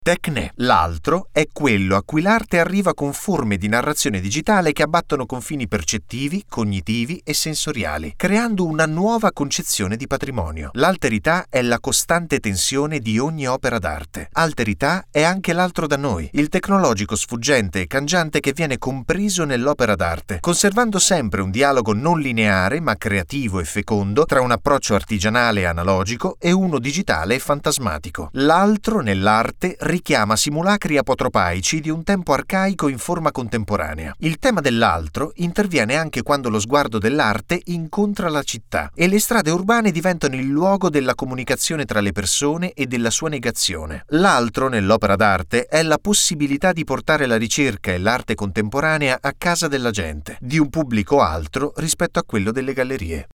Tecne. L'altro è quello a cui l'arte arriva con forme di narrazione digitale che abbattono confini percettivi, cognitivi e sensoriali, creando una nuova concezione di patrimonio. L'alterità è la costante tensione di ogni opera d'arte. Alterità è anche l'altro da noi, il tecnologico sfuggente e cangiante che viene compreso nell'opera d'arte, conservando sempre un dialogo non lineare ma creativo e fecondo tra un approccio artigianale e analogico e uno digitale e fantasmatico. L'altro nell'arte richiama simulacri apotropaici di un tempo arcaico in forma contemporanea. Il tema dell'altro interviene anche quando lo sguardo dell'arte incontra la città e le strade urbane diventano il luogo della comunicazione tra le persone e della sua negazione. L'altro nell'opera d'arte è la possibilità di portare la ricerca e l'arte contemporanea a casa della gente, di un pubblico altro rispetto a quello delle gallerie.